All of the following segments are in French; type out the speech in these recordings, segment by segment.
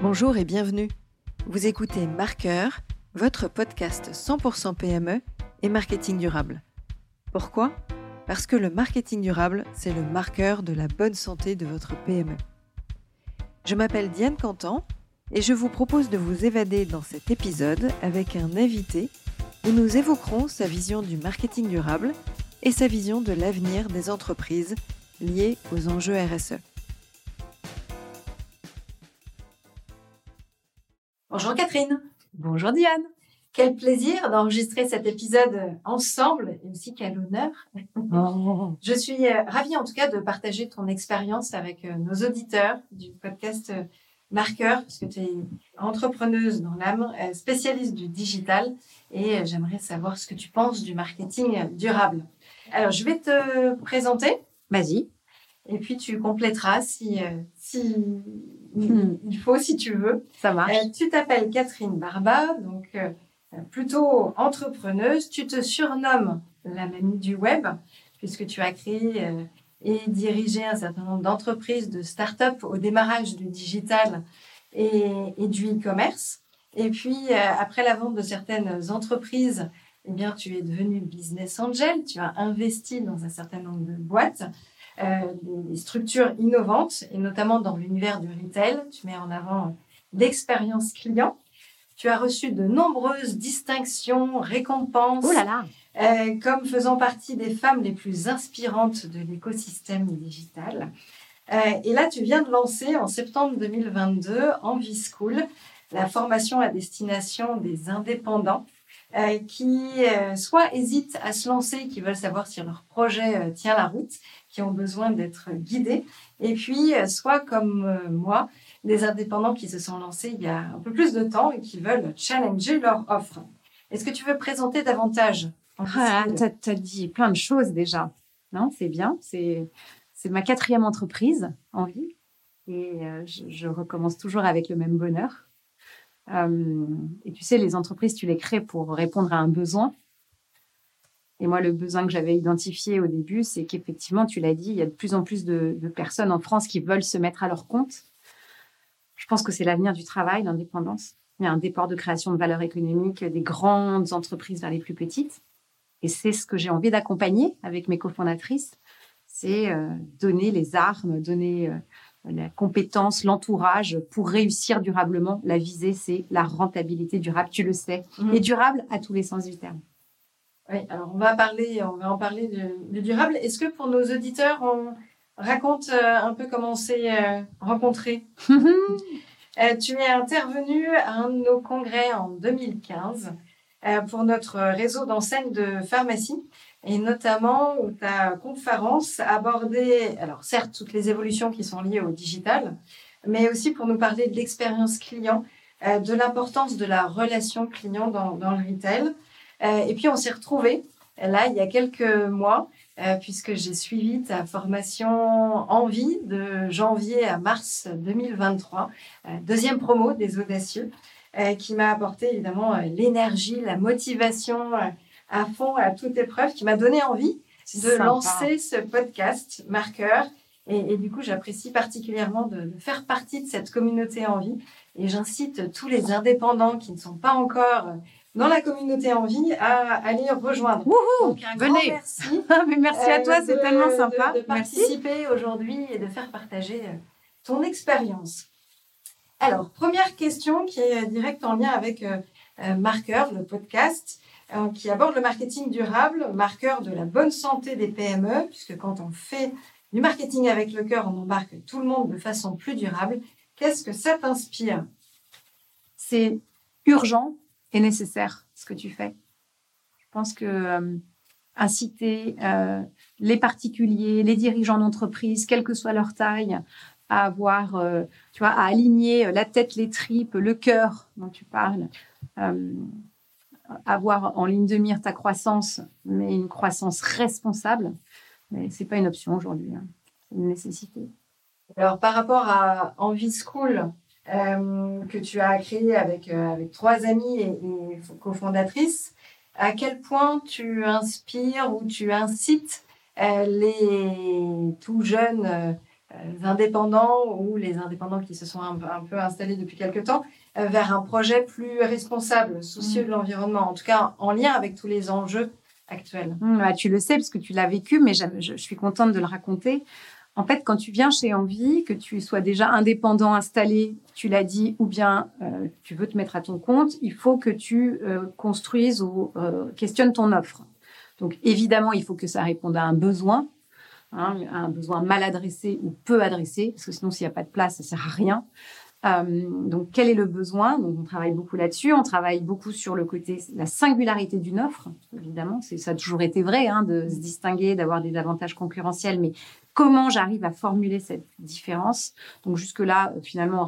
Bonjour et bienvenue. Vous écoutez Marqueur, votre podcast 100% PME et marketing durable. Pourquoi ? Parce que le marketing durable, c'est le marqueur de la bonne santé de votre PME. Je m'appelle Diane Cantan et je vous propose de vous évader dans cet épisode avec un invité où nous évoquerons sa vision du marketing durable et sa vision de l'avenir des entreprises liées aux enjeux RSE. Bonjour Catherine. Bonjour Diane. Quel plaisir d'enregistrer cet épisode ensemble et aussi quel honneur. Oh. Je suis ravie en tout cas de partager ton expérience avec nos auditeurs du podcast Marqueur, puisque tu es entrepreneuse dans l'âme, spécialiste du digital et j'aimerais savoir ce que tu penses du marketing durable. Alors, je vais te présenter. Vas-y. Et puis, tu compléteras si il faut, si tu veux. Ça marche. Tu t'appelles Catherine Barba, donc plutôt entrepreneuse. Tu te surnommes la mamie du web, puisque tu as créé et dirigé un certain nombre d'entreprises, de start-up au démarrage du digital et du e-commerce. Et puis, après la vente de certaines entreprises, eh bien, tu es devenue business angel. Tu as investi dans un certain nombre de boîtes. Des structures innovantes et notamment dans l'univers du retail. Tu mets en avant l'expérience client. Tu as reçu de nombreuses distinctions, récompenses, comme faisant partie des femmes les plus inspirantes de l'écosystème digital. Et là, tu viens de lancer en septembre 2022 Envie School, la formation à destination des indépendants qui soit hésitent à se lancer, qui veulent savoir si leur projet tient la route, qui ont besoin d'être guidés, et puis soit comme moi, des indépendants qui se sont lancés il y a un peu plus de temps et qui veulent challenger leur offre. Est-ce que tu veux présenter davantage ? T'as dit plein de choses déjà. Non, c'est bien. C'est ma 4e entreprise, Envie, et je recommence toujours avec le même bonheur. Et tu sais, les entreprises, tu les crées pour répondre à un besoin. Et moi, le besoin que j'avais identifié au début, c'est qu'effectivement, tu l'as dit, il y a de plus en plus de personnes en France qui veulent se mettre à leur compte. Je pense que c'est l'avenir du travail, l'indépendance. Il y a un déport de création de valeur économique des grandes entreprises vers les plus petites. Et c'est ce que j'ai envie d'accompagner avec mes cofondatrices. C'est donner les armes, donner la compétence, l'entourage pour réussir durablement. La visée, c'est la rentabilité durable, tu le sais. Et durable à tous les sens du terme. Oui, alors on va en parler du durable. Est-ce que pour nos auditeurs, on raconte un peu comment on s'est rencontrés ? Tu es intervenue à un de nos congrès en 2015 pour notre réseau d'enseignes de pharmacie et notamment où ta conférence abordait, alors certes, toutes les évolutions qui sont liées au digital, mais aussi pour nous parler de l'expérience client, de l'importance de la relation client dans le retail. Et puis, on s'est retrouvés là, il y a quelques mois, puisque j'ai suivi ta formation Envie de janvier à mars 2023, deuxième promo des Audacieux, qui m'a apporté évidemment l'énergie, la motivation à fond, à toute épreuve, qui m'a donné envie de lancer ce podcast Marqueur. Et du coup, j'apprécie particulièrement de faire partie de cette communauté Envie. Et j'incite tous les indépendants qui ne sont pas encore dans la communauté Envie à aller rejoindre. Wouhou, donc, un venez. grand merci. Mais merci à toi, c'est tellement sympa. De participer aujourd'hui et de faire partager ton expérience. Alors, première question qui est directe en lien avec Marqueur, le podcast, qui aborde le marketing durable, marqueur de la bonne santé des PME, puisque quand on fait du marketing avec le cœur, on embarque tout le monde de façon plus durable. Qu'est-ce que ça t'inspire ? C'est urgent et nécessaire ce que tu fais. Je pense que inciter les particuliers, les dirigeants d'entreprise, quelle que soit leur taille, à avoir, à aligner la tête, les tripes, le cœur dont tu parles, avoir en ligne de mire ta croissance, mais une croissance responsable, mais c'est pas une option aujourd'hui, hein. C'est une nécessité. Alors, par rapport à Envie School, que tu as créé avec 3 amies et cofondatrices, à quel point tu inspires ou tu incites les tout jeunes indépendants ou les indépendants qui se sont un peu installés depuis quelque temps vers un projet plus responsable, soucieux de l'environnement, en tout cas en lien avec tous les enjeux actuels. Tu le sais parce que tu l'as vécu, mais je suis contente de le raconter. En fait, quand tu viens chez Envie, que tu sois déjà indépendant, installé, tu l'as dit, ou bien tu veux te mettre à ton compte, il faut que tu construises ou questionnes ton offre. Donc, évidemment, il faut que ça réponde à un besoin, un besoin mal adressé ou peu adressé, parce que sinon, s'il n'y a pas de place, ça ne sert à rien. Donc, quel est le besoin? Donc, on travaille beaucoup là-dessus. On travaille beaucoup sur le côté, la singularité d'une offre. Évidemment, ça a toujours été vrai, de se distinguer, d'avoir des avantages concurrentiels. Mais comment j'arrive à formuler cette différence? Donc, jusque-là, finalement,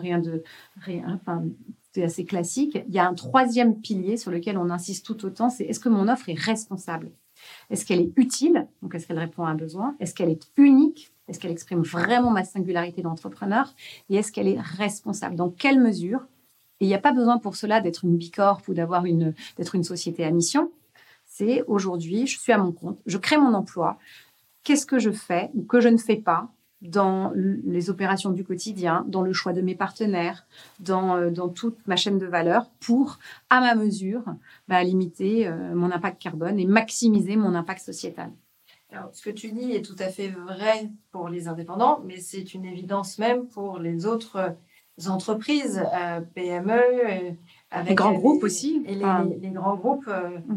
c'est assez classique. Il y a un troisième pilier sur lequel on insiste tout autant, c'est est-ce que mon offre est responsable? Est-ce qu'elle est utile? Donc, est-ce qu'elle répond à un besoin? Est-ce qu'elle est unique? Est-ce qu'elle exprime vraiment ma singularité d'entrepreneur? Et est-ce qu'elle est responsable? Dans quelle mesure? Et il n'y a pas besoin pour cela d'être une bicorp ou d'être une société à mission. C'est aujourd'hui, je suis à mon compte, je crée mon emploi. Qu'est-ce que je fais ou que je ne fais pas dans les opérations du quotidien, dans le choix de mes partenaires, dans toute ma chaîne de valeur pour, à ma mesure, limiter mon impact carbone et maximiser mon impact sociétal. Alors, ce que tu dis est tout à fait vrai pour les indépendants, mais c'est une évidence même pour les autres entreprises, PME, avec les grands groupes aussi. Et les grands groupes,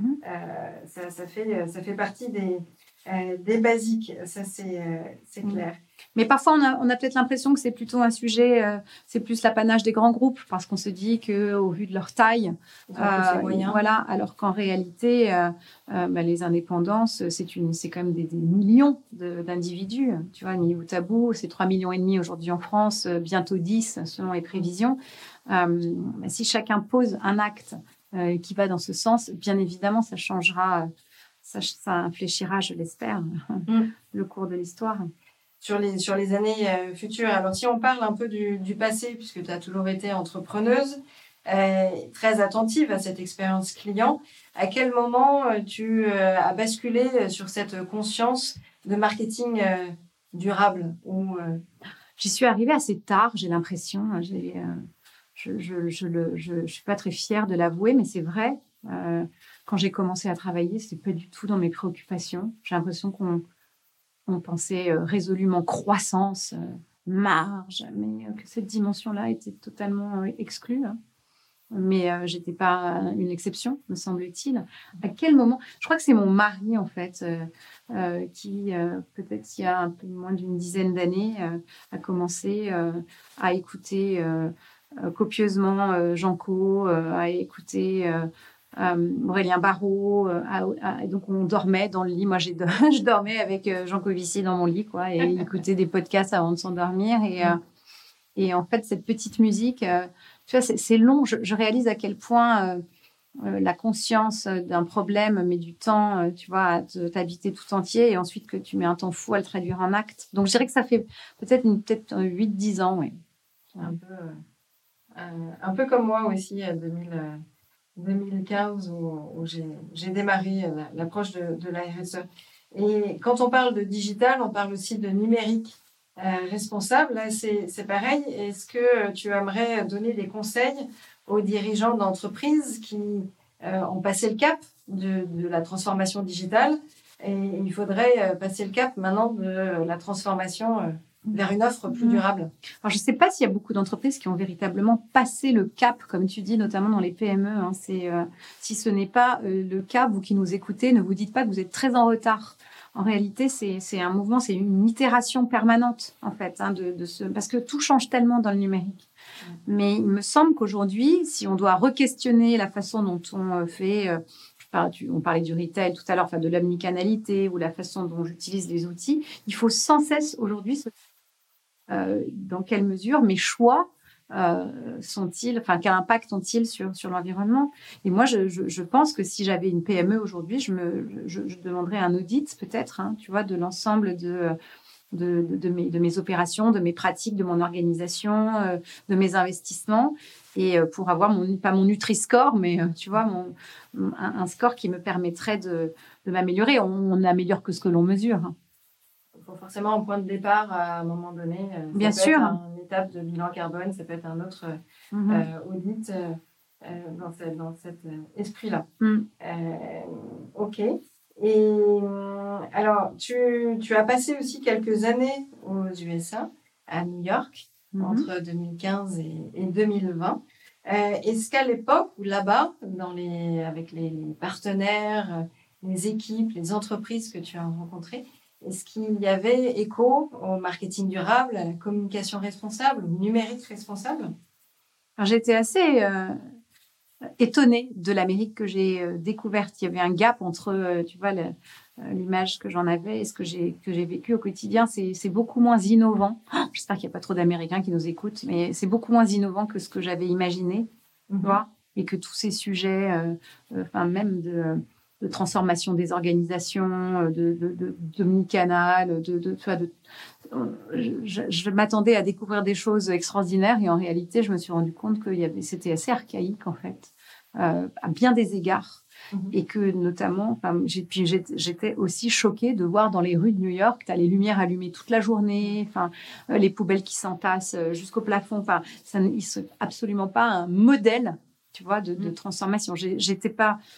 ça fait partie des basiques, ça c'est clair. Mais parfois, on a peut-être l'impression que c'est plutôt un sujet, c'est plus l'apanage des grands groupes, parce qu'on se dit qu'au vu de leur taille, voilà, alors qu'en réalité, les indépendances, c'est quand même des millions d'individus. Tu vois, mis bout à bout, c'est 3,5 millions aujourd'hui en France, bientôt 10 selon les prévisions. Si chacun pose un acte qui va dans ce sens, bien évidemment, ça changera, ça infléchira, je l'espère, le cours de l'histoire. Sur les années futures. Alors, si on parle un peu du passé, puisque tu as toujours été entrepreneuse, très attentive à cette expérience client, à quel moment tu as basculé sur cette conscience de marketing durable J'y suis arrivée assez tard, j'ai l'impression. Je suis pas très fière de l'avouer, mais c'est vrai. Quand j'ai commencé à travailler, c'était pas du tout dans mes préoccupations. J'ai l'impression qu'on pensait résolument croissance, marge, mais que cette dimension-là était totalement exclue. Mais je n'étais pas une exception, me semble-t-il. À quel moment? Je crois que c'est mon mari, en fait, qui, peut-être il y a un peu moins d'une dizaine d'années, a commencé à écouter copieusement Janco, à écouter... Aurélien Barraud, et donc on dormait dans le lit. Moi, je dormais avec Jean Covici dans mon lit, quoi, et écouter des podcasts avant de s'endormir. Et en fait, cette petite musique, tu vois, c'est long. Je réalise à quel point la conscience d'un problème met du temps, tu vois, à t'habiter tout entier, et ensuite que tu mets un temps fou à le traduire en acte. Donc, je dirais que ça fait peut-être 8-10 ans, oui. Un peu comme moi aussi, 2015 où j'ai démarré l'approche de la RSE. Et quand on parle de digital, on parle aussi de numérique responsable. Là, c'est pareil. Est-ce que tu aimerais donner des conseils aux dirigeants d'entreprises qui ont passé le cap de la transformation digitale et il faudrait passer le cap maintenant de la transformation vers une offre plus durable? Alors, je ne sais pas s'il y a beaucoup d'entreprises qui ont véritablement passé le cap, comme tu dis, notamment dans les PME. Si ce n'est pas le cas, vous qui nous écoutez, ne vous dites pas que vous êtes très en retard. En réalité, c'est un mouvement, c'est une itération permanente, en fait, parce que tout change tellement dans le numérique. Mais il me semble qu'aujourd'hui, si on doit re-questionner la façon dont on fait... on parlait du retail tout à l'heure, de l'omnicanalité ou la façon dont j'utilise les outils, il faut sans cesse aujourd'hui dans quelle mesure mes choix quel impact ont-ils sur l'environnement? Et moi, je pense que si j'avais une PME aujourd'hui, je demanderais un audit peut-être, tu vois, de l'ensemble de mes opérations, de mes pratiques, de mon organisation, de mes investissements, et pour avoir pas mon Nutri-Score, mais tu vois, un score qui me permettrait de m'améliorer. On n'améliore que ce que l'on mesure. faut forcément un point de départ à un moment donné. Bien ça peut sûr. être une étape de bilan carbone, ça peut être un autre audit dans cet esprit-là. Ok. Et alors, tu as passé aussi quelques années aux USA, à New York, entre 2015 et 2020. Est-ce qu'à l'époque, ou là-bas, avec les partenaires, les équipes, les entreprises que tu as rencontrées, est-ce qu'il y avait écho au marketing durable, à la communication responsable, au numérique responsable? Alors, j'étais assez étonnée de l'Amérique que j'ai découverte. Il y avait un gap entre, tu vois, l'image que j'en avais et ce que j'ai vécu au quotidien. C'est beaucoup moins innovant. J'espère qu'il n'y a pas trop d'Américains qui nous écoutent, mais c'est beaucoup moins innovant que ce que j'avais imaginé, tu vois, et que tous ces sujets, même de transformation des organisations, d'omnicanal, je m'attendais à découvrir des choses extraordinaires et en réalité, je me suis rendu compte que c'était assez archaïque en fait, à bien des égards. Et que notamment, j'étais aussi choquée de voir dans les rues de New York, tu as les lumières allumées toute la journée, les poubelles qui s'entassent jusqu'au plafond. Ils sont absolument pas un modèle, tu vois, de transformation. J'étais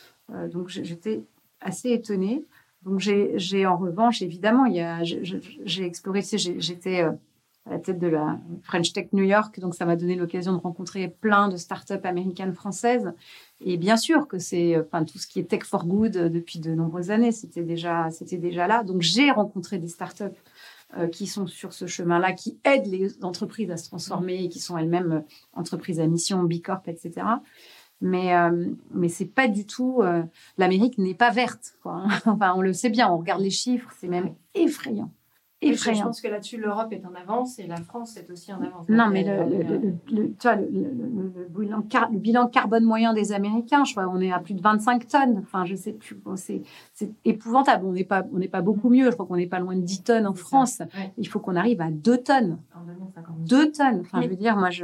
assez étonnée. Donc j'ai en revanche, évidemment, j'ai exploré, tu sais, j'étais à la tête de la French Tech New York, donc ça m'a donné l'occasion de rencontrer plein de startups américaines, françaises. Et bien sûr que c'est, tout ce qui est tech for good depuis de nombreuses années, c'était déjà là. Donc j'ai rencontré des startups qui sont sur ce chemin-là, qui aident les entreprises à se transformer, et qui sont elles-mêmes entreprises à mission, B Corp, etc. Mais c'est pas du tout. L'Amérique n'est pas verte, quoi. On le sait bien. On regarde les chiffres, c'est même effrayant. Je pense que là-dessus, l'Europe est en avance et la France est aussi en avance. Non, mais le bilan carbone moyen des Américains, je crois, on est à plus de 25 tonnes. Enfin, je sais plus. C'est épouvantable. On n'est pas beaucoup mieux. Je crois qu'on n'est pas loin de 10 tonnes en France. Ouais. Il faut qu'on arrive à 2 tonnes. En 2050. 2 tonnes. Enfin, je veux dire, moi,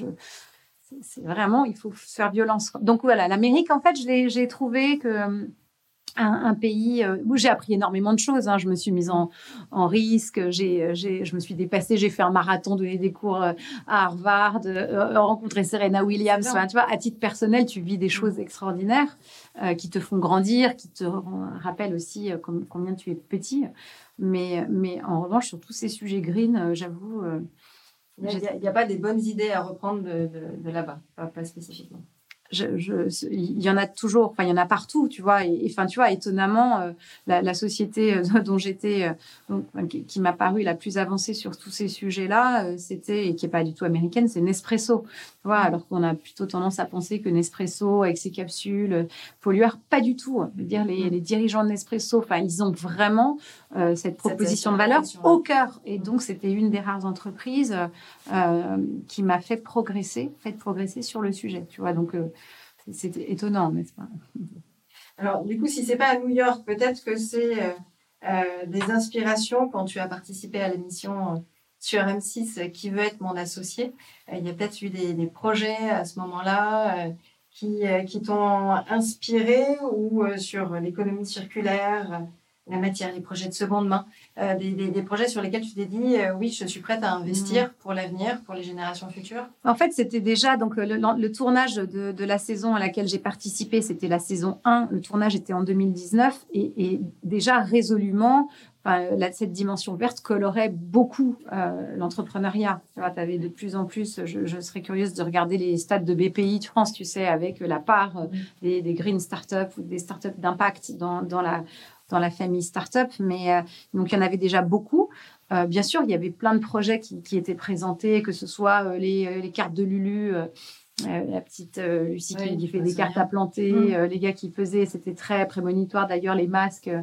c'est vraiment, il faut se faire violence. Donc voilà, l'Amérique, en fait, j'ai trouvé que un pays où j'ai appris énormément de choses. Je me suis mise en risque, je me suis dépassée, j'ai fait un marathon, donné des cours à Harvard, rencontré Serena Williams. Tu vois, à titre personnel, tu vis des choses extraordinaires qui te font grandir, qui te rappellent aussi combien tu es petit. Mais en revanche, sur tous ces sujets green, j'avoue... il n'y a pas des bonnes idées à reprendre de là-bas, pas spécifiquement. Il y en a toujours, il y en a partout, tu vois. Et tu vois, étonnamment, la société dont j'étais, qui m'a paru la plus avancée sur tous ces sujets-là, c'était, et qui n'est pas du tout américaine, c'est Nespresso. Tu vois, alors qu'on a plutôt tendance à penser que Nespresso, avec ses capsules pollueurs, pas du tout. Je veux dire, les dirigeants de Nespresso, ils ont vraiment cette proposition de valeur au cœur. Et donc, c'était une des rares entreprises qui m'a fait progresser sur le sujet, tu vois. Donc, c'était étonnant, n'est-ce pas? Alors, du coup, si c'est pas à New York, peut-être que c'est des inspirations quand tu as participé à l'émission sur M6 Qui veut être mon associé. Il y a peut-être eu des projets à ce moment-là qui t'ont inspiré ou sur l'économie circulaire, la matière, les projets de seconde main, des projets sur lesquels tu t'es dit oui, je suis prête à investir pour l'avenir, pour les générations futures. En fait, c'était déjà donc le tournage de la saison à laquelle j'ai participé, c'était la saison 1. Le tournage était en 2019 et déjà résolument, cette dimension verte colorait beaucoup l'entrepreneuriat. Tu avais de plus en plus, je serais curieuse de regarder les stats de BPI de France, tu sais, avec la part des green startups ou des startups d'impact dans la famille start-up, mais donc il y en avait déjà beaucoup. Bien sûr, il y avait plein de projets qui étaient présentés, que ce soit les cartes de Lulu, la petite Lucie qui fait des cartes à planter, les gars qui faisaient, c'était très prémonitoire d'ailleurs, les masques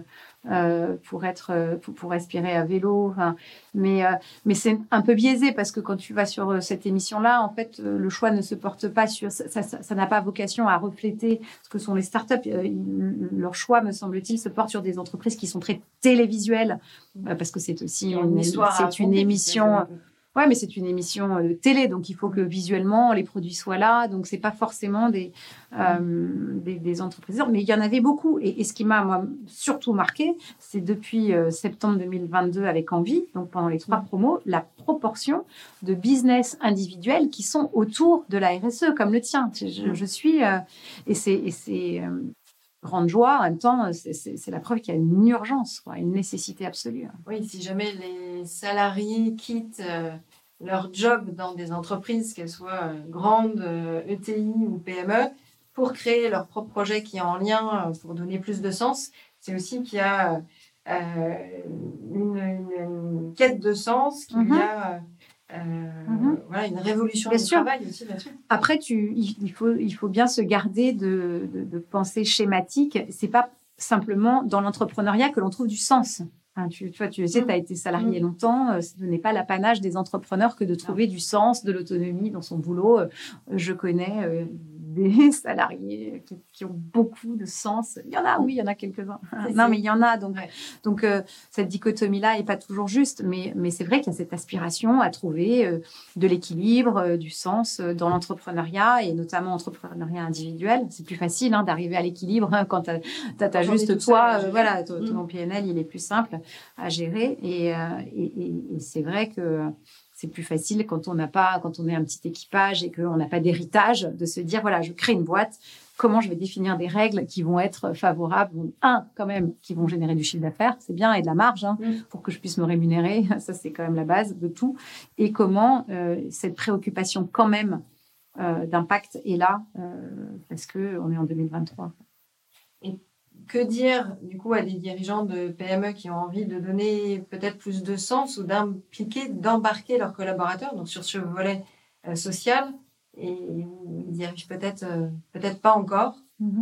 pour respirer à vélo. Mais c'est un peu biaisé parce que quand tu vas sur cette émission-là, en fait, le choix ne se porte pas sur... Ça n'a pas vocation à refléter ce que sont les startups. Leur choix, me semble-t-il, se porte sur des entreprises qui sont très télévisuelles parce que c'est aussi une émission... Ouais, mais c'est une émission de télé, donc il faut que visuellement les produits soient là. Donc c'est pas forcément des entreprises, mais il y en avait beaucoup. Et ce qui m'a moi surtout marqué, c'est depuis septembre 2022 avec Envie, donc pendant les 3 promos, la proportion de business individuels qui sont autour de la RSE, comme le tien. Je suis et c'est grande joie. En même temps, c'est la preuve qu'il y a une urgence, quoi, une nécessité absolue. Oui, si jamais les salariés quittent leur job dans des entreprises, qu'elles soient grandes, ETI ou PME, pour créer leur propre projet qui est en lien pour donner plus de sens, c'est aussi qu'il y a une quête de sens, qu'il y a voilà, une révolution du travail aussi là-dessus. Après, il faut bien se garder de pensée schématique. C'est pas simplement dans l'entrepreneuriat que l'on trouve du sens. Hein, tu sais, tu as été salarié longtemps. Ce n'est pas l'apanage des entrepreneurs que de trouver du sens, de l'autonomie dans son boulot. Je connais des salariés qui ont beaucoup de sens. Il y en a, oui, il y en a quelques-uns. Non, mais il y en a. Donc cette dichotomie-là n'est pas toujours juste. Mais c'est vrai qu'il y a cette aspiration à trouver de l'équilibre, du sens dans l'entrepreneuriat et notamment entrepreneuriat individuel. C'est plus facile d'arriver à l'équilibre quand tu as juste toi. Voilà, ton PNL, il est plus simple à gérer. Et c'est vrai que c'est plus facile quand on est un petit équipage et qu'on n'a pas d'héritage, de se dire, voilà, je crée une boîte, comment je vais définir des règles qui vont être favorables, quand même, qui vont générer du chiffre d'affaires, c'est bien, et de la marge, pour que je puisse me rémunérer, ça c'est quand même la base de tout, et comment cette préoccupation quand même d'impact est là, parce qu'on est en 2023. Et que dire, du coup, à des dirigeants de PME qui ont envie de donner peut-être plus de sens ou d'embarquer leurs collaborateurs donc sur ce volet social et ils n'y arrivent peut-être pas encore.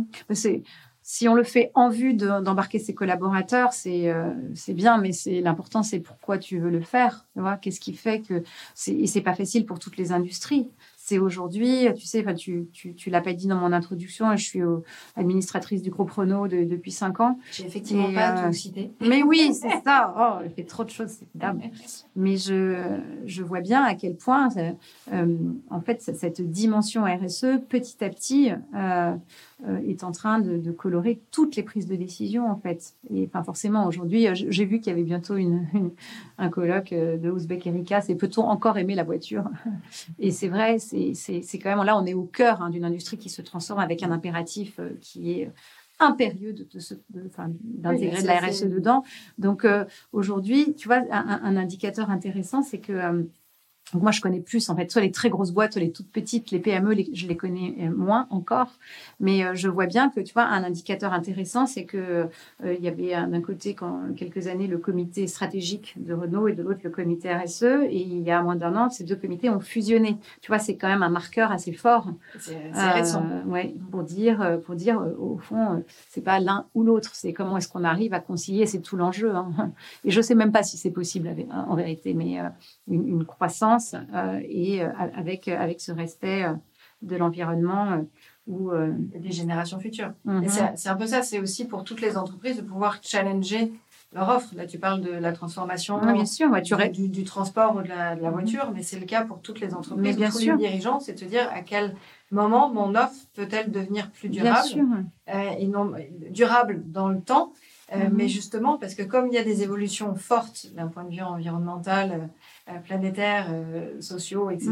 Si on le fait en vue d'embarquer ses collaborateurs, c'est bien, mais l'important, c'est pourquoi tu veux le faire. Tu vois, qu'est-ce qui fait que c'est pas facile pour toutes les industries. C'est aujourd'hui, tu sais, tu l'as pas dit dans mon introduction, je suis administratrice du groupe Renault depuis 5 ans. J'ai effectivement pas tout cité. Mais oui, c'est ça. Oh, elle fait trop de choses, cette dame. Mais je vois bien à quel point, en fait, cette dimension RSE, petit à petit, est en train de colorer toutes les prises de décision, en fait. Et pas forcément aujourd'hui, j'ai vu qu'il y avait bientôt un colloque de Ouzbek Erika, c'est peut-on encore aimer la voiture? Et c'est vrai, c'est quand même là, on est au cœur d'une industrie qui se transforme avec un impératif qui est impérieux d'intégrer de la RSE dedans. Donc aujourd'hui, tu vois, un indicateur intéressant, c'est que donc moi, je connais plus, en fait, soit les très grosses boîtes, soit les toutes petites, les PME, je les connais moins encore. Mais je vois bien que, tu vois, un indicateur intéressant, c'est que il y avait d'un côté, quelques années, le comité stratégique de Renault et de l'autre, le comité RSE. Et il y a moins d'1 an, ces 2 comités ont fusionné. Tu vois, c'est quand même un marqueur assez fort. C'est récent. Ouais, pour dire, au fond, c'est pas l'un ou l'autre. C'est comment est-ce qu'on arrive à concilier, c'est tout l'enjeu. Et je sais même pas si c'est possible en vérité, mais une croissance et avec ce respect de l'environnement ou des générations futures. Et c'est un peu ça, c'est aussi pour toutes les entreprises de pouvoir challenger leur offre. Là, tu parles de la transformation bien sûr, du transport ou de la voiture, mais c'est le cas pour toutes les entreprises, tous les dirigeants, c'est de se dire à quel moment mon offre peut-elle devenir plus durable et non durable dans le temps. Mais justement, parce que comme il y a des évolutions fortes d'un point de vue environnemental, planétaire, sociaux, etc.,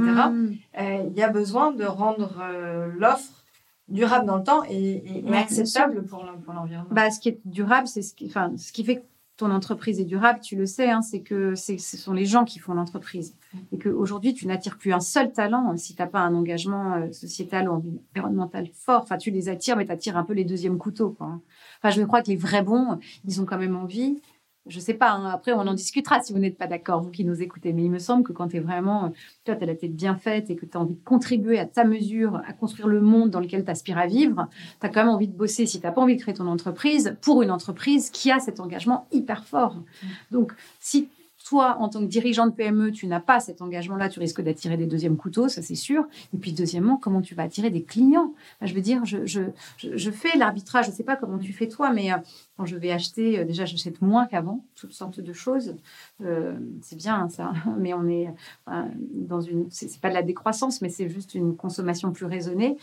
il y a besoin de rendre l'offre durable dans le temps et acceptable pour l'environnement. Ce qui est durable, c'est ce qui fait que ton entreprise est durable, tu le sais, c'est que ce sont les gens qui font l'entreprise. Et qu'aujourd'hui, tu n'attires plus un seul talent si tu n'as pas un engagement sociétal ou environnemental fort. Enfin, tu les attires, mais tu attires un peu les deuxièmes couteaux, quoi. Enfin, je crois que les vrais bons, ils ont quand même envie. Je sais pas, après, on en discutera si vous n'êtes pas d'accord, vous qui nous écoutez. Mais il me semble que quand tu es vraiment, toi, tu as la tête bien faite et que tu as envie de contribuer à ta mesure, à construire le monde dans lequel tu aspires à vivre, tu as quand même envie de bosser, si tu n'as pas envie de créer ton entreprise, pour une entreprise qui a cet engagement hyper fort. Donc, si toi, en tant que dirigeant de PME, tu n'as pas cet engagement-là, tu risques d'attirer des deuxièmes couteaux, ça c'est sûr. Et puis, deuxièmement, comment tu vas attirer des clients ? Je veux dire, je fais l'arbitrage, je ne sais pas comment tu fais toi, mais Quand je vais acheter, déjà, j'achète moins qu'avant, toutes sortes de choses. C'est bien, hein, ça. Mais on est dans une... C'est pas de la décroissance, mais c'est juste une consommation plus raisonnée.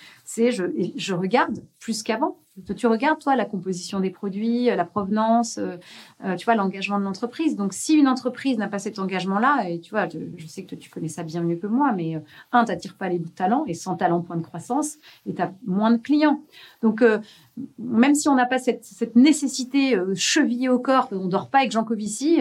Je regarde plus qu'avant. Tu regardes, toi, la composition des produits, la provenance, tu vois, l'engagement de l'entreprise. Donc, si une entreprise n'a pas cet engagement-là, et tu vois, je sais que tu connais ça bien mieux que moi, mais tu n'attires pas les talents, et sans talent, point de croissance, et tu as moins de clients. Donc, même si on n'a pas cette nécessité chevillée au corps, on ne dort pas avec Jean Covici,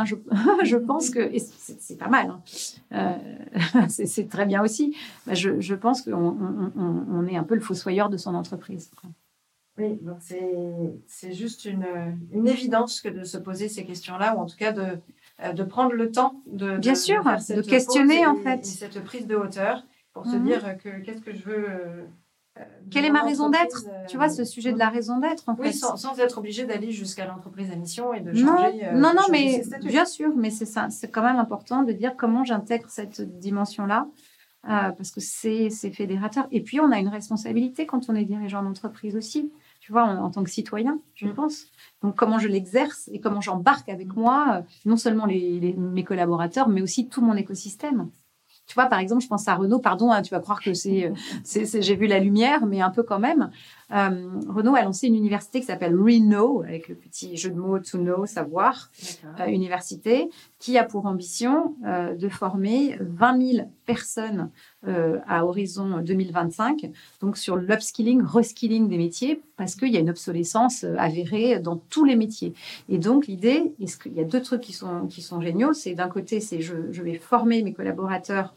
je pense que, et c'est pas mal, hein, c'est très bien aussi, je pense qu'on est un peu le fossoyeur de son entreprise. Oui, donc c'est juste une évidence que de se poser ces questions-là, ou en tout cas de prendre le temps Bien sûr, faire cette de questionner en fait. Et cette prise de hauteur pour se dire qu'est-ce que je veux. Quelle est ma raison d'être? Tu vois, ce sujet de la raison d'être, en fait. Oui, sans être obligé d'aller jusqu'à l'entreprise à mission et de changer. Non, mais ses statuts. Bien sûr, mais c'est ça. C'est quand même important de dire comment j'intègre cette dimension-là. Parce que c'est fédérateur. Et puis, on a une responsabilité quand on est dirigeant d'entreprise aussi, tu vois, en tant que citoyen, je pense. Donc, comment je l'exerce et comment j'embarque avec moi, non seulement mes collaborateurs, mais aussi tout mon écosystème. Tu vois, par exemple, je pense à Renault. Pardon, hein, tu vas croire que j'ai vu la lumière, mais un peu quand même. Renault a lancé une université qui s'appelle Reno, avec le petit jeu de mots to know, savoir, université, qui a pour ambition de former 20 000 personnes à horizon 2025, donc sur l'upskilling, reskilling des métiers, parce qu'il y a une obsolescence avérée dans tous les métiers. Et donc, l'idée, il y a deux trucs qui sont géniaux. C'est d'un côté, je vais former mes collaborateurs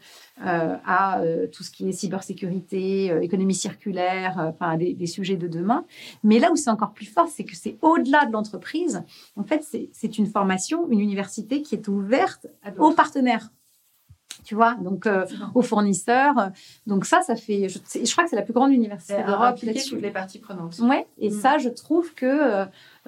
à tout ce qui est cybersécurité, économie circulaire, des sujets de demain. Mais là où c'est encore plus fort, c'est que c'est au-delà de l'entreprise. En fait, c'est une formation, une université qui est ouverte aux partenaires. Tu vois, donc aux fournisseurs. Donc ça fait... Je crois que c'est la plus grande université d'Europe. Toutes les parties prenantes. Oui, et ça, je trouve que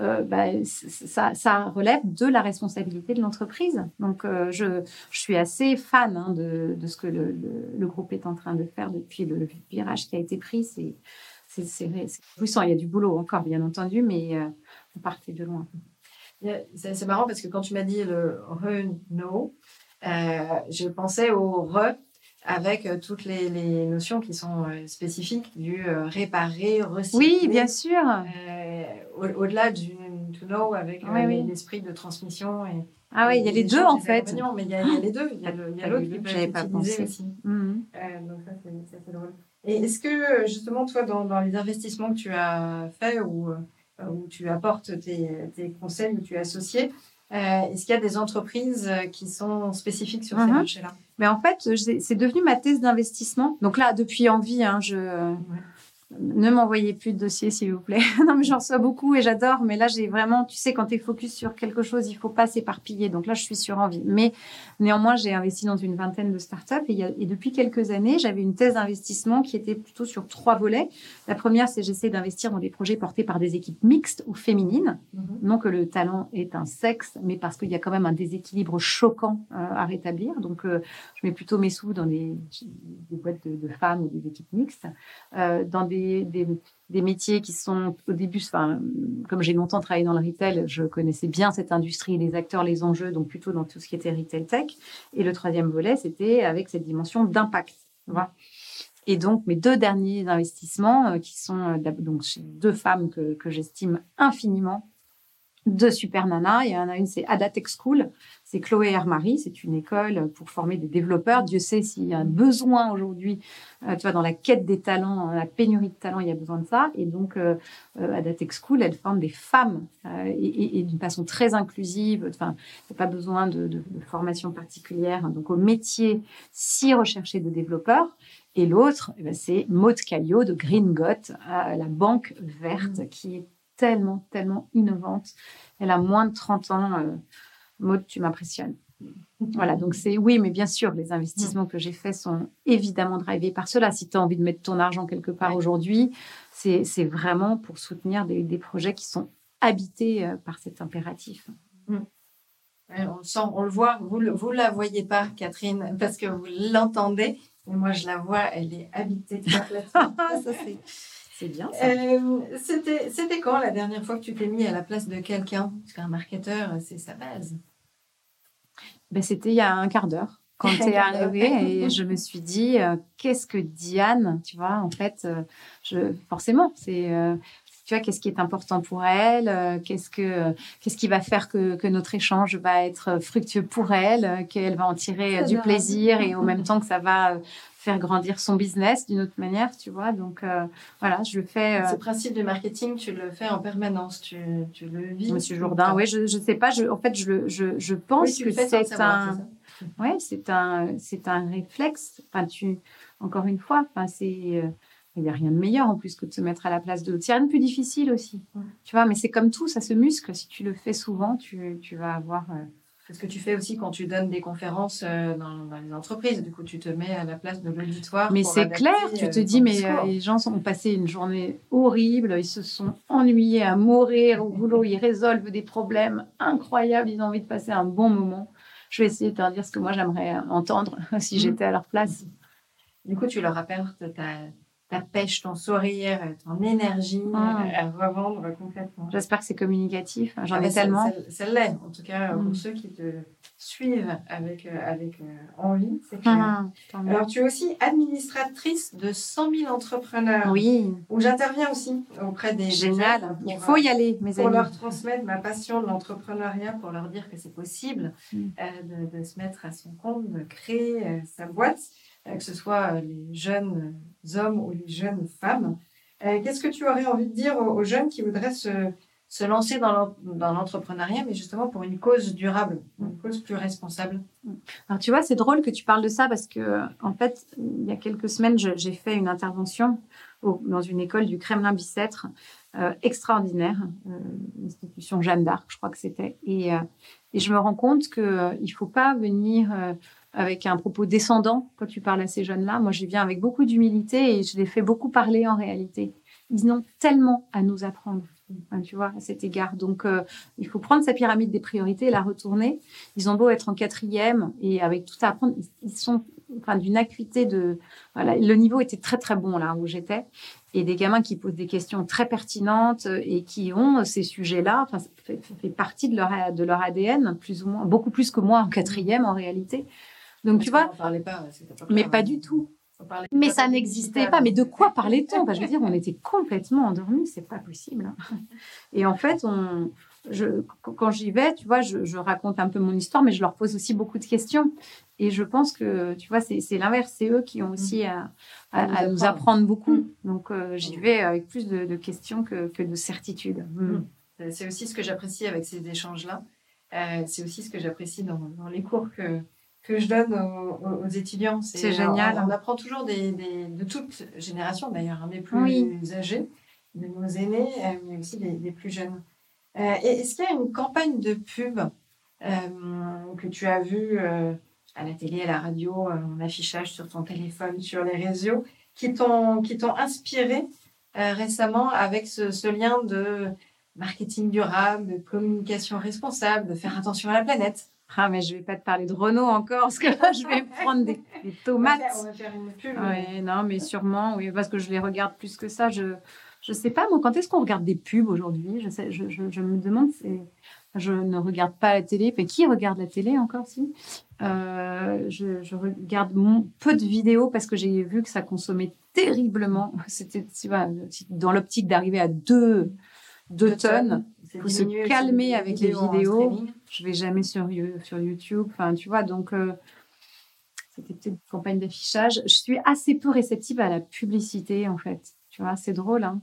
ça relève de la responsabilité de l'entreprise. Donc, je suis assez fan de ce que le groupe est en train de faire depuis le virage qui a été pris. C'est puissant. Il y a du boulot encore, bien entendu, mais on partait de loin. C'est marrant parce que quand tu m'as dit le Renault, je pensais au avec toutes les notions qui sont spécifiques du réparer, recycler. Oui, bien sûr. Au-delà du to know avec l'esprit de transmission. Oui, il y a les deux en fait. Mais il y a les deux. Il y a l'autre qui peut être utilisé aussi. Donc ça, c'est drôle. Et est-ce que justement, toi, dans les investissements que tu as faits ou où tu apportes tes conseils, où tu es associé, est-ce qu'il y a des entreprises qui sont spécifiques sur ces marchés-là? Mais en fait, c'est devenu ma thèse d'investissement. Donc là, depuis envie, ne m'envoyez plus de dossiers, s'il vous plaît. Non, mais j'en reçois beaucoup et j'adore. Mais là, j'ai vraiment, tu sais, quand tu es focus sur quelque chose, il ne faut pas s'éparpiller. Donc là, je suis sur envie. Mais néanmoins, j'ai investi dans une vingtaine de startups. Et depuis quelques années, j'avais une thèse d'investissement qui était plutôt sur 3 volets. La première, c'est j'essaie d'investir dans des projets portés par des équipes mixtes ou féminines. Non que le talent est un sexe, mais parce qu'il y a quand même un déséquilibre choquant à rétablir. Donc, je mets plutôt mes sous dans des boîtes de femmes ou des équipes mixtes. Dans des métiers qui sont au début, comme j'ai longtemps travaillé dans le retail, je connaissais bien cette industrie, les acteurs, les enjeux, donc plutôt dans tout ce qui était retail tech. Et le troisième volet, c'était avec cette dimension d'impact. Et donc, mes 2 derniers investissements, qui sont donc chez 2 femmes que j'estime infiniment, 2 super nanas. Il y en a une, c'est Ada Tech School. C'est Chloé et Marie. C'est une école pour former des développeurs. Dieu sait s'il y a un besoin aujourd'hui. Tu vois, dans la quête des talents, la pénurie de talents, il y a besoin de ça. Et donc, Ada Tech School, elle forme des femmes et d'une façon très inclusive. Enfin, il n'y a pas besoin de formation particulière. Donc, au métier si recherché de développeurs. Et l'autre, c'est Maud Kallio de Green Got, la banque verte, qui est tellement, tellement innovante. Elle a moins de 30 ans. Maud, tu m'impressionnes. Voilà, donc oui, mais bien sûr, les investissements que j'ai faits sont évidemment drivés par cela. Si tu as envie de mettre ton argent quelque part aujourd'hui, c'est vraiment pour soutenir des projets qui sont habités par cet impératif. On le sent, on le voit. Vous ne la voyez pas, Catherine, parce que vous l'entendez. Et moi, je la vois, elle est habitée complètement. C'est bien ça. C'était quand la dernière fois que tu t'es mis à la place de quelqu'un? Parce qu'un marketeur, c'est sa base. Ben, c'était il y a un quart d'heure. Quand tu es arrivée et je me suis dit, qu'est-ce que Diane, tu vois, en fait, forcément, tu vois, qu'est-ce qui est important pour elle, qu'est-ce qui va faire que notre échange va être fructueux pour elle, qu'elle va en tirer du plaisir et en même temps que ça va faire grandir son business d'une autre manière, tu vois. Donc, voilà, je le fais. Ce principe du marketing, tu le fais en permanence, tu le vis. Monsieur Jourdain, oui, je sais pas, en fait, je pense que c'est un... Ouais, c'est un réflexe. Enfin, encore une fois, il n'y a rien de meilleur en plus que de se mettre à la place de l'autre. Il n'y a rien de plus difficile aussi. Tu vois, mais c'est comme tout, ça se muscle. Si tu le fais souvent, tu vas avoir... C'est ce que tu fais aussi quand tu donnes des conférences dans les entreprises. Du coup, tu te mets à la place de l'auditoire. Mais c'est clair, tu te dis, mais les gens ont passé une journée horrible, ils se sont ennuyés à mourir au boulot, ils résolvent des problèmes incroyables, ils ont envie de passer un bon moment. Je vais essayer de leur dire ce que moi j'aimerais entendre si j'étais à leur place. Du coup, tu leur apportes ta pêche, ton sourire, ton énergie à revendre complètement. J'espère que c'est communicatif. J'en ai tellement. Ça l'est, en tout cas, pour ceux qui te suivent avec envie. C'est clair. Alors, tu es aussi administratrice de 100 000 entrepreneurs. Oui. Où j'interviens aussi auprès des Génial. Il faut y aller, mes amis. Pour leur transmettre ma passion de l'entrepreneuriat, pour leur dire que c'est possible de se mettre à son compte, de créer sa boîte. Que ce soit les jeunes hommes ou les jeunes femmes. Qu'est-ce que tu aurais envie de dire aux jeunes qui voudraient se lancer dans l'entrepreneuriat, mais justement pour une cause durable, une cause plus responsable? Alors, tu vois, c'est drôle que tu parles de ça parce que, en fait, il y a quelques semaines, j'ai fait une intervention dans une école du Kremlin-Bicêtre extraordinaire, l'institution Jeanne d'Arc, je crois que c'était. Et je me rends compte qu'il ne faut pas venir... avec un propos descendant quand tu parles à ces jeunes-là. Moi, je viens avec beaucoup d'humilité et je les fais beaucoup parler en réalité. Ils ont tellement à nous apprendre, tu vois, à cet égard. Donc, il faut prendre sa pyramide des priorités et la retourner. Ils ont beau être en 4e et avec tout à apprendre, ils sont d'une acuité de... Voilà, le niveau était très, très bon là où j'étais. Et des gamins qui posent des questions très pertinentes et qui ont ces sujets-là. Enfin, ça fait partie de leur ADN, plus ou moins, beaucoup plus que moi en 4e en réalité. Donc, tu vois, mais pas du tout. Mais ça n'existait pas. Mais de quoi parlait-on? Je veux dire, on était complètement endormis. C'est pas possible. Et en fait, quand j'y vais, tu vois, je raconte un peu mon histoire, mais je leur pose aussi beaucoup de questions. Et je pense que, tu vois, c'est l'inverse. C'est eux qui ont aussi à nous apprendre beaucoup. Donc, j'y vais avec plus de questions que de certitudes. C'est aussi ce que j'apprécie avec ces échanges-là. C'est aussi ce que j'apprécie dans les cours que je donne aux étudiants. C'est génial. On apprend toujours de toutes générations, d'ailleurs, des plus âgés, de nos aînés, mais aussi des plus jeunes. Et est-ce qu'il y a une campagne de pub que tu as vue à la télé, à la radio, en affichage sur ton téléphone, sur les réseaux, qui t'ont inspiré récemment avec ce lien de marketing durable, de communication responsable, de faire attention à la planète? Ah, mais je ne vais pas te parler de Renault encore, parce que là, je vais prendre des tomates. On va faire une pub. Oui, non, mais sûrement, oui, parce que je les regarde plus que ça. Je sais pas, moi, quand est-ce qu'on regarde des pubs aujourd'hui? Je me demande, je ne regarde pas la télé. Mais qui regarde la télé encore, si? Je regarde peu de vidéos parce que j'ai vu que ça consommait terriblement. C'était, tu vois, dans l'optique d'arriver à 2 tonnes. Il faut se calmer avec les vidéos. Je vais jamais sur YouTube. Enfin, tu vois, donc c'était peut-être une campagne d'affichage. Je suis assez peu réceptive à la publicité, en fait. Tu vois, c'est drôle, hein.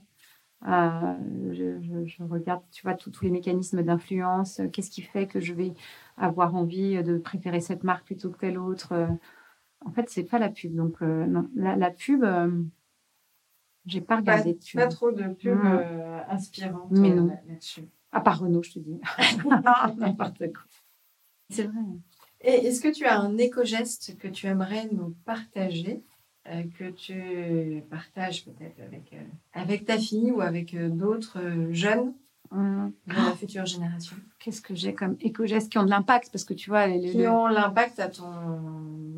Je regarde, tu vois, tous les mécanismes d'influence. Qu'est-ce qui fait que je vais avoir envie de préférer cette marque plutôt que telle autre? En fait, c'est pas la pub. Donc, non, la pub... j'ai pas regardé. Pas trop de pubs inspirantes là-dessus. À part Renault, je te dis. N'importe quoi. C'est vrai. Et est-ce que tu as un éco-geste que tu aimerais nous partager, que tu partages peut-être avec ta fille ou avec d'autres jeunes de la future génération? Qu'est-ce que j'ai comme éco-gestes qui ont de l'impact? Parce que tu vois... Qui ont l'impact à ton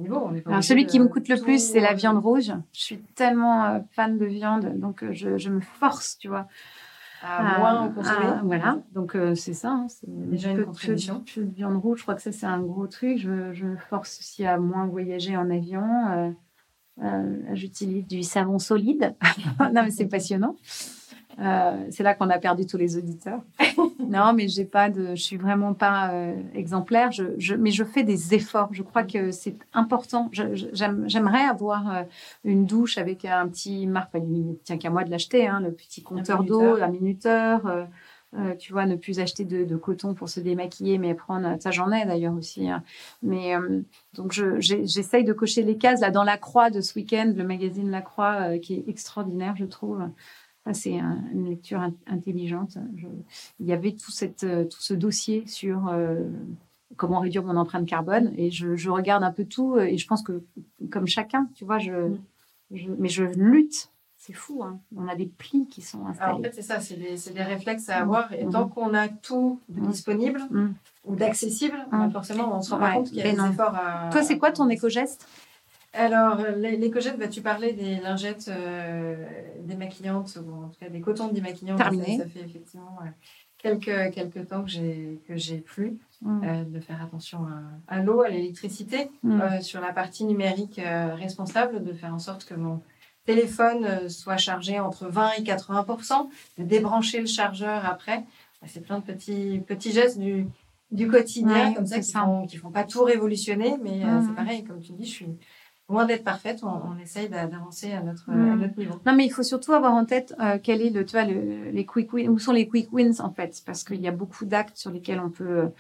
niveau. On n'est pas Alors, obligé celui qui de me coûte le tout, plus, c'est la viande rouge. Je suis tellement fan de viande, donc je me force, tu vois. à moins consommer. Voilà, donc c'est ça. Hein, c'est déjà une contribution. Peu de viande rouge, je crois que ça, c'est un gros truc. Je me force aussi à moins voyager en avion. J'utilise du savon solide. Non, mais c'est passionnant. C'est là qu'on a perdu tous les auditeurs. Non, mais je suis vraiment pas exemplaire. Mais je fais des efforts. Je crois que c'est important. J'aimerais avoir une douche avec un petit il ne tient qu'à moi de l'acheter, hein, le petit compteur d'eau, un minuteur. Tu vois, ne plus acheter de coton pour se démaquiller, mais prendre. Ça, j'en ai d'ailleurs aussi. Hein. Mais donc, j'essaye de cocher les cases là dans La Croix de ce week-end, le magazine La Croix, qui est extraordinaire, je trouve. C'est une lecture intelligente. Il y avait tout ce dossier sur comment réduire mon empreinte carbone et je regarde un peu tout et je pense que comme chacun, tu vois, mais je lutte. C'est fou, hein. On a des plis qui sont installés. Alors, en fait, c'est ça, c'est des réflexes à avoir. Et tant qu'on a tout de disponible ou d'accessible, forcément, on ne se rend pas compte qu'il y a des efforts à... Toi, c'est quoi ton éco-geste ? Alors, l'éco-geste, tu parlais des lingettes démaquillantes, ou en tout cas des cotons démaquillants. Ça fait effectivement quelques temps que j'ai plus de faire attention à l'eau, à l'électricité, sur la partie numérique responsable, de faire en sorte que mon téléphone soit chargé entre 20 et 80%, de débrancher le chargeur après. C'est plein de petits gestes du quotidien comme ça qui font pas tout révolutionner, mais c'est pareil, comme tu dis, je suis loin d'être parfaite, on essaye d'avancer à notre niveau. Non, mais il faut surtout avoir en tête quel est les quick wins, où sont les quick wins en fait, parce qu'il y a beaucoup d'actes sur lesquels on peut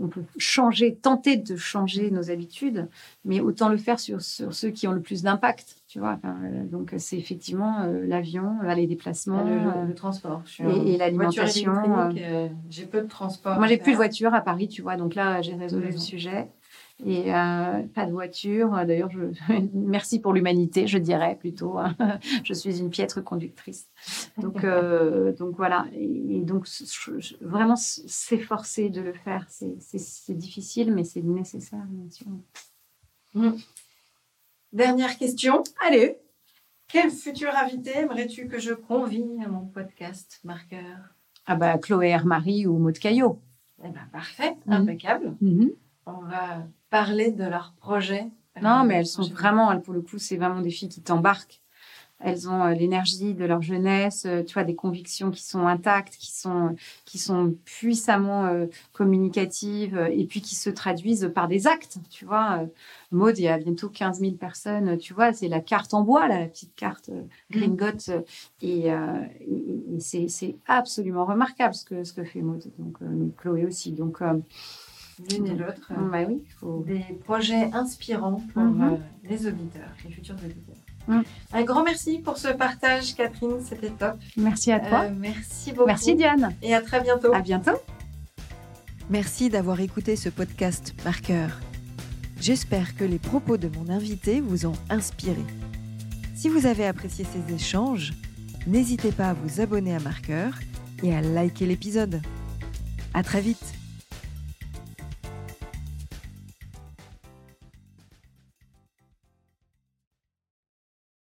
tenter de changer nos habitudes, mais autant le faire sur ceux qui ont le plus d'impact, tu vois. Donc c'est effectivement l'avion, les déplacements, le transport, et l'alimentation. J'ai peu de transport. Moi, j'ai plus de voiture à Paris, tu vois, donc là j'ai résolu le sujet. Et pas de voiture. D'ailleurs, merci pour l'humanité, je dirais plutôt. Je suis une piètre conductrice. Donc voilà. Et donc, vraiment s'efforcer de le faire, c'est difficile, mais c'est nécessaire, bien sûr. Dernière question. Allez. Quel futur invité aimerais-tu que je convie à mon podcast Marqueur ? Chloé Hermary ou Maud Caillot. Parfait, impeccable. On va parler de leurs projets. Non, mais elles sont vraiment, pour le coup, c'est vraiment des filles qui t'embarquent. Elles ont l'énergie de leur jeunesse, tu vois, des convictions qui sont intactes, qui sont puissamment communicatives et puis qui se traduisent par des actes, tu vois. Maud, il y a bientôt 15 000 personnes, tu vois, c'est la carte en bois, là, la petite carte Gringotts. Et c'est absolument remarquable ce que fait Maud. Donc, Chloé aussi. Donc, l'une et l'autre. Oui, des projets inspirants pour les auditeurs, les futurs auditeurs. Un grand merci pour ce partage, Catherine, c'était top. Merci à toi. Merci beaucoup. Merci Diane. Et à très bientôt. À bientôt. Merci d'avoir écouté ce podcast Marqueur. J'espère que les propos de mon invité vous ont inspiré. Si vous avez apprécié ces échanges, n'hésitez pas à vous abonner à Marqueur et à liker l'épisode. À très vite.